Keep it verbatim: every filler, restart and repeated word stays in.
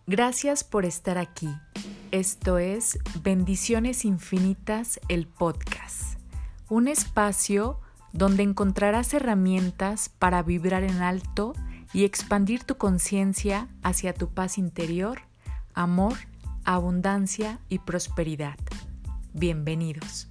Gracias por estar aquí. Esto es Bendiciones Infinitas, el podcast. Un espacio donde encontrarás herramientas para vibrar en alto y expandir tu conciencia hacia tu paz interior, amor, abundancia y prosperidad. Bienvenidos.